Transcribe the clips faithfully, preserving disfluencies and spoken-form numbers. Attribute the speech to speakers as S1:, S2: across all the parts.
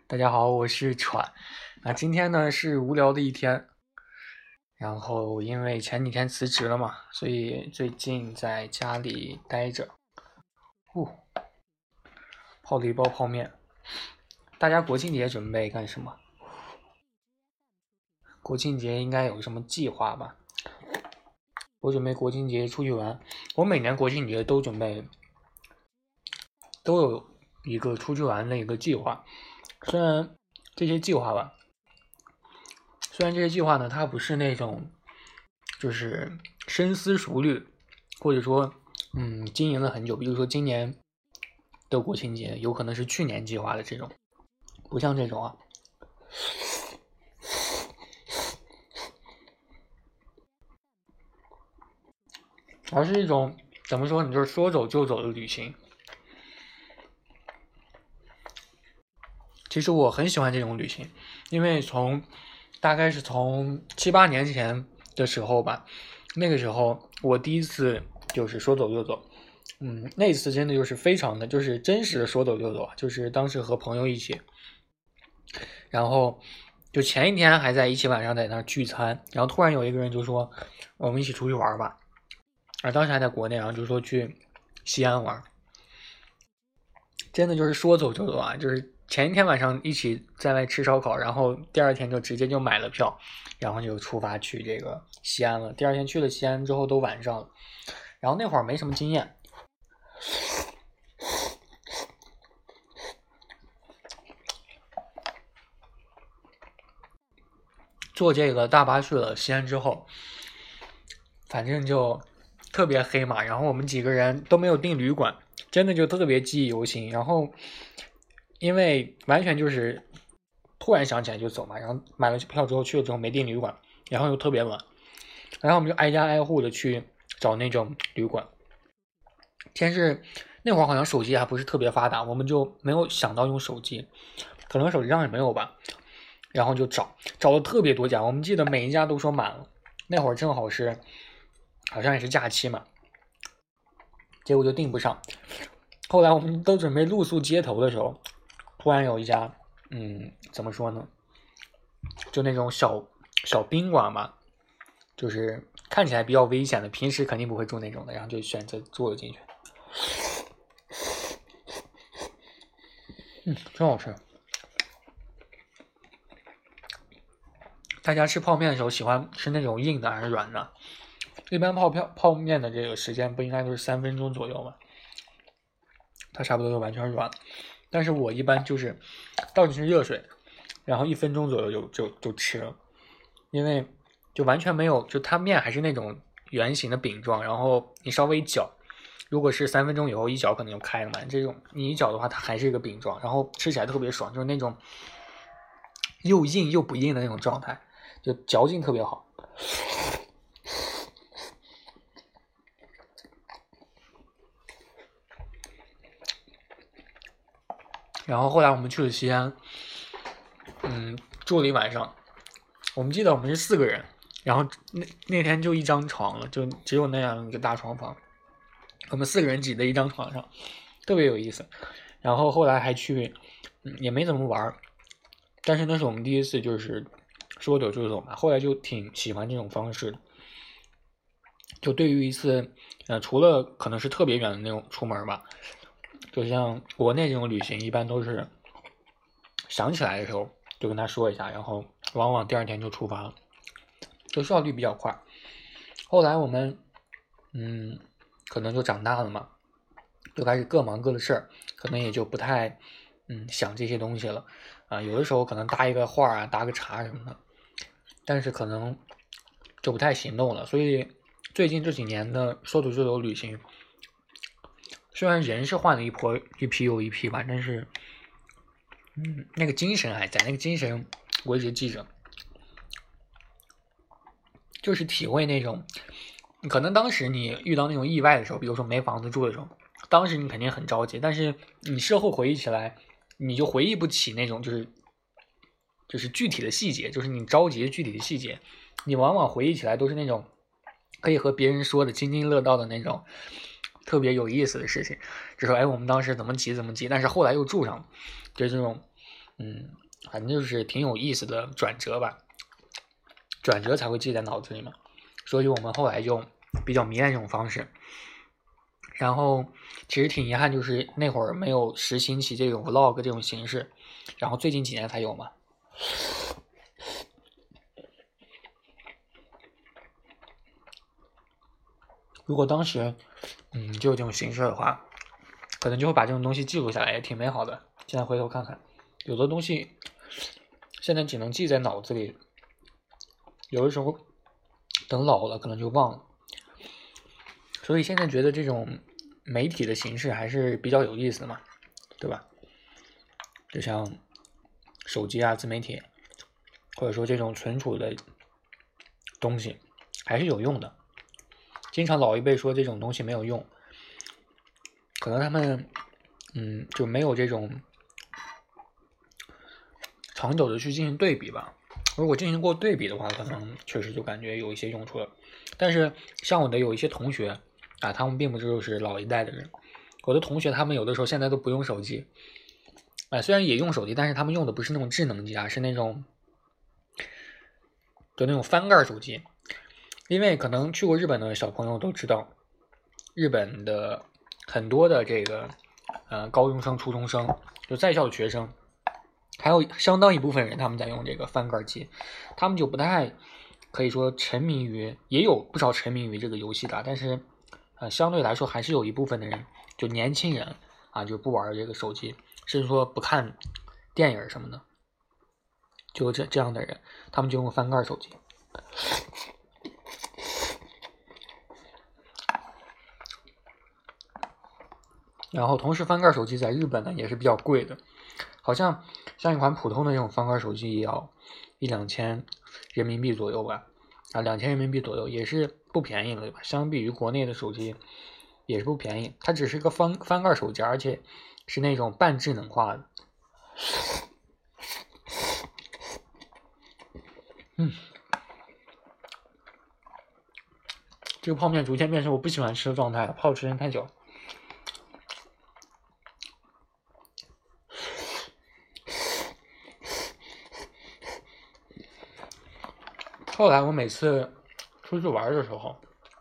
S1: 大家好，我是喘。啊，今天呢是无聊的一天，然后因为前几天辞职了嘛，所以最近在家里待着。哦，泡了一包泡面。大家国庆节准备干什么？国庆节应该有什么计划吧？我准备国庆节出去玩。我每年国庆节都准备，都有一个出去玩的一个计划。虽然这些计划吧，虽然这些计划呢，它不是那种就是深思熟虑，或者说嗯经营了很久，比如说今年的国庆节有可能是去年计划的这种，不像这种啊，而是一种怎么说，你就是说走就走的旅行。其实我很喜欢这种旅行，因为从大概是从七八年前的时候吧，那个时候我第一次就是说走就走，嗯，那次真的就是非常的就是真实的说走就走，就是当时和朋友一起，然后就前一天还在一起晚上在那儿聚餐，然后突然有一个人就说我们一起出去玩吧，而当时还在国内，然后就说去西安玩，真的就是说走就走啊，就是前一天晚上一起在外吃烧烤，然后第二天就直接就买了票，然后就出发去这个西安了。第二天去了西安之后都晚上了，然后那会儿没什么经验，坐这个大巴去了西安之后，反正就特别黑嘛，然后我们几个人都没有订旅馆，真的就特别记忆犹新。然后因为完全就是突然想起来就走嘛，然后买了票之后去了之后没订旅馆，然后又特别晚，然后我们就挨家挨户的去找那种旅馆。先是那会儿好像手机还不是特别发达，我们就没有想到用手机，可能手机上也没有吧，然后就找找了特别多家，我们记得每一家都说满了。那会儿正好是好像也是假期嘛，结果就订不上。后来我们都准备露宿街头的时候，突然有一家，嗯，怎么说呢，就那种小小宾馆嘛，就是看起来比较危险的，平时肯定不会住那种的，然后就选择住了进去。嗯，真好吃。大家吃泡面的时候喜欢吃那种硬的还是软的？一般泡泡泡面的这个时间不应该都是三分钟左右吗？它差不多就完全软，但是我一般就是倒进去热水，然后一分钟左右就就就吃了，因为就完全没有，就它面还是那种圆形的饼状，然后你稍微一搅，如果是三分钟以后一搅可能就开了嘛，这种你一搅的话它还是一个饼状，然后吃起来特别爽，就是那种又硬又不硬的那种状态，就嚼劲特别好。然后后来我们去了西安，嗯，住了一晚上。我们记得我们是四个人，然后那那天就一张床了，就只有那样一个大床房，我们四个人挤在一张床上，特别有意思。然后后来还去，嗯，也没怎么玩，但是那是我们第一次就是说走就走嘛。后来就挺喜欢这种方式的，就对于一次，呃，除了可能是特别远的那种出门吧。就像国内这种旅行，一般都是想起来的时候就跟他说一下，然后往往第二天就出发了，就效率比较快。后来我们，嗯，可能就长大了嘛，就开始各忙各的事儿，可能也就不太，嗯，想这些东西了。啊，有的时候可能搭一个画啊，搭个茶什么的，但是可能就不太行动了。所以最近这几年的说走就走旅行，虽然人是换了一波一批又一批吧，但是，嗯，那个精神还在，那个精神我一直记着，就是体会那种，可能当时你遇到那种意外的时候，比如说没房子住的时候，当时你肯定很着急，但是你事后回忆起来，你就回忆不起那种就是就是具体的细节，就是你着急的具体的细节，你往往回忆起来都是那种可以和别人说的津津乐道的那种特别有意思的事情，就说哎我们当时怎么急怎么急，但是后来又住上了，就是这种嗯，反正就是挺有意思的转折吧，转折才会记在脑子里嘛。所以我们后来就比较迷恋这种方式。然后其实挺遗憾，就是那会儿没有实行起这种 vlog 这种形式，然后最近几年才有嘛。如果当时嗯就有这种形式的话，可能就会把这种东西记录下来，也挺美好的。现在回头看看，有的东西现在只能记在脑子里，有的时候等老了可能就忘了。所以现在觉得这种媒体的形式还是比较有意思的嘛，对吧？就像手机啊、自媒体，或者说这种存储的东西，还是有用的。经常老一辈说这种东西没有用，可能他们嗯就没有这种长久的去进行对比吧。如果进行过对比的话，可能确实就感觉有一些用处了。但是像我的有一些同学啊，他们并不就是老一代的人，我的同学他们有的时候现在都不用手机，啊，虽然也用手机，但是他们用的不是那种智能机啊，是那种就那种翻盖手机。因为可能去过日本的小朋友都知道，日本的很多的这个呃高中生、初中生，就在校的学生，还有相当一部分人他们在用这个翻盖机，他们就不太可以说沉迷于，也有不少沉迷于这个游戏的，但是呃相对来说还是有一部分的人，就年轻人啊就不玩这个手机，甚至说不看电影什么的，就这这样的人，他们就用翻盖手机。然后同时翻盖手机在日本呢也是比较贵的，好像像一款普通的这种翻盖手机也要一两千人民币左右吧，啊两千人民币左右也是不便宜了，对吧？相比于国内的手机也是不便宜，它只是个翻翻盖手机，而且是那种半智能化的。嗯，这个泡面逐渐变成我不喜欢吃的状态了，泡时间太久。后来我每次出去玩的时候，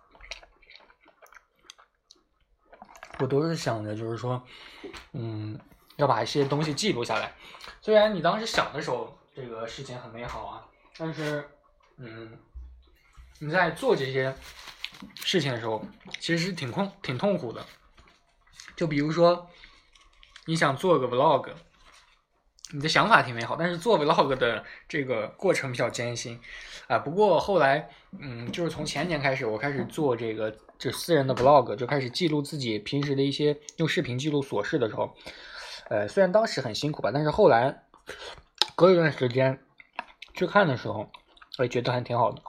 S1: 我都是想着就是说，嗯，要把一些东西记录下来。虽然你当时想的时候，这个事情很美好啊，但是，嗯，你在做这些事情的时候，其实是挺痛挺痛苦的。就比如说，你想做个 vlog。你的想法挺美好，但是做 vlog 的这个过程比较艰辛，啊，不过后来，嗯，就是从前年开始，我开始做这个就私人的 vlog，就开始记录自己平时的一些用视频记录琐事的时候，呃，虽然当时很辛苦吧，但是后来隔一段时间去看的时候，我也觉得还挺好的。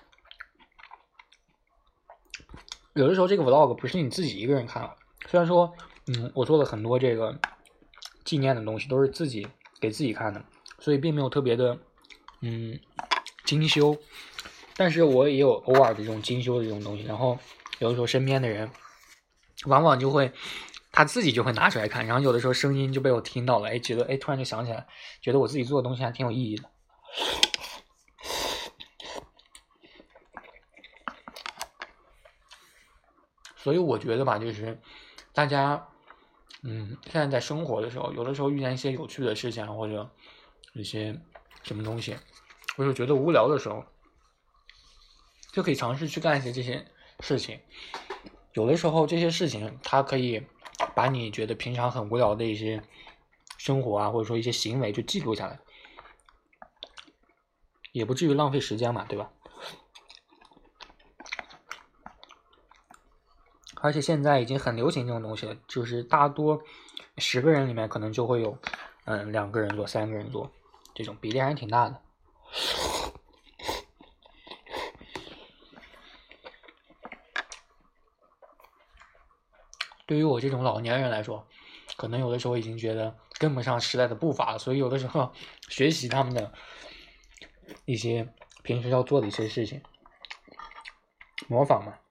S1: 有的时候这个 vlog 不是你自己一个人看了，虽然说，嗯，我做了很多这个纪念的东西，都是自己给自己看的，所以并没有特别的，嗯，精修。但是我也有偶尔的这种精修的这种东西，然后有的时候身边的人，往往就会他自己就会拿出来看，然后有的时候声音就被我听到了，哎，觉得哎，突然就想起来，觉得我自己做的东西还挺有意义的。所以我觉得吧，就是大家，嗯，现在在生活的时候，有的时候遇见一些有趣的事情，或者一些什么东西，或者觉得无聊的时候，就可以尝试去干一些这些事情。有的时候这些事情，它可以把你觉得平常很无聊的一些生活啊，或者说一些行为就记录下来，也不至于浪费时间嘛，对吧？而且现在已经很流行这种东西了，就是大多十个人里面可能就会有，嗯，两个人做，三个人做，这种比例还是挺大的。对于我这种老年人来说，可能有的时候已经觉得跟不上时代的步伐了，所以有的时候学习他们的一些平时要做的一些事情，模仿嘛，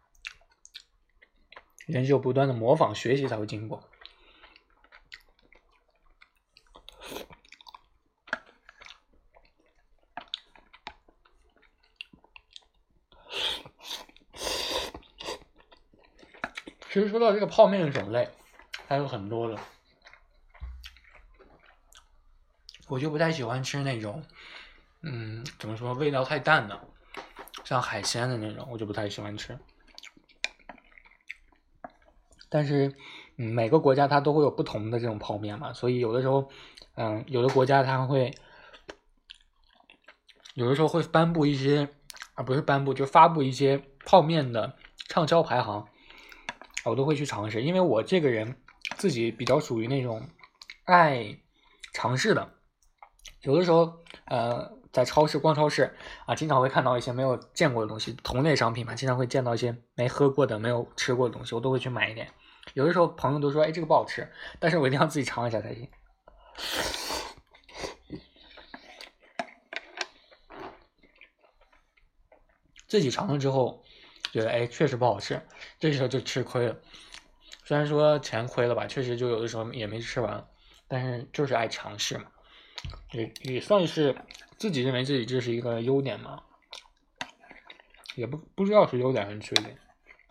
S1: 人只有不断的模仿学习才会进步。 其实说到这个泡面的种类，还有很多的，我就不太喜欢吃那种，嗯，怎么说，味道太淡的，像海鲜的那种，我就不太喜欢吃。但是，嗯，每个国家它都会有不同的这种泡面嘛，所以有的时候，嗯，有的国家它会，有的时候会颁布一些，而不是颁布，就发布一些泡面的畅销排行，我都会去尝试，因为我这个人自己比较属于那种爱尝试的，有的时候，呃，在超市逛超市啊，经常会看到一些没有见过的东西，同类商品嘛，经常会见到一些没喝过的、没有吃过的东西，我都会去买一点。有的时候朋友都说，哎，这个不好吃，但是我一定要自己尝一下才行。自己尝了之后，觉得哎，确实不好吃，这时候就吃亏了。虽然说钱亏了吧，确实就有的时候也没吃完，但是就是爱尝试嘛，也也算是自己认为自己这是一个优点嘛，也不不知道是优点还是缺点。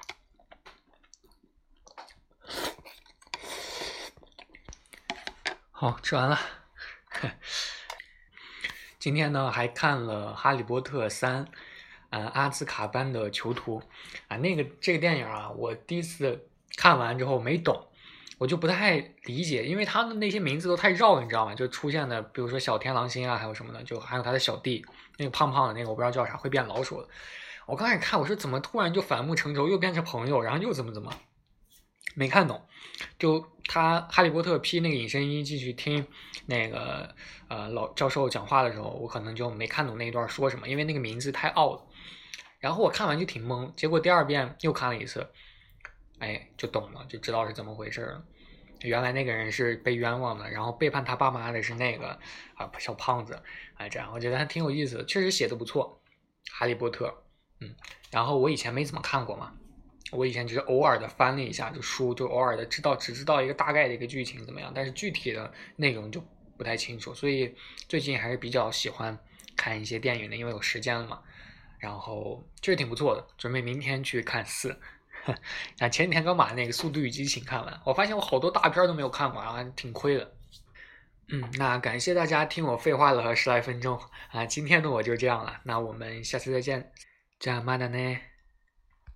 S1: 好，吃完了。今天呢还看了《哈利波特三》，呃，阿兹卡班的囚徒，啊，那个这个电影啊，我第一次看完之后没懂，我就不太理解，因为他的那些名字都太绕了，你知道吗？就出现的，比如说小天狼星啊，还有什么的，就还有他的小弟，那个胖胖的那个，我不知道叫啥，会变老鼠的。我刚开始看，我说怎么突然就反目成仇，又变成朋友，然后又怎么怎么，没看懂。就他哈利波特披那个隐身衣进去听那个呃老教授讲话的时候，我可能就没看懂那一段说什么，因为那个名字太拗了。然后我看完就挺懵，结果第二遍又看了一次，哎，就懂了，就知道是怎么回事了。原来那个人是被冤枉的，然后背叛他爸妈的是那个啊小胖子，哎，这样我觉得还挺有意思的，确实写的不错，《哈利波特》。嗯，然后我以前没怎么看过嘛，我以前只是偶尔的翻了一下就书，就偶尔的知道只知道一个大概的一个剧情怎么样，但是具体的内容就不太清楚，所以最近还是比较喜欢看一些电影的，因为有时间了嘛。然后确实挺不错的，准备明天去看四。啊，前几天刚把那个《速度与激情》看完，我发现我好多大片都没有看完，啊，挺亏的。嗯，那感谢大家听我废话了十来分钟啊，今天的我就这样了，那我们下次再见，じゃあまたね。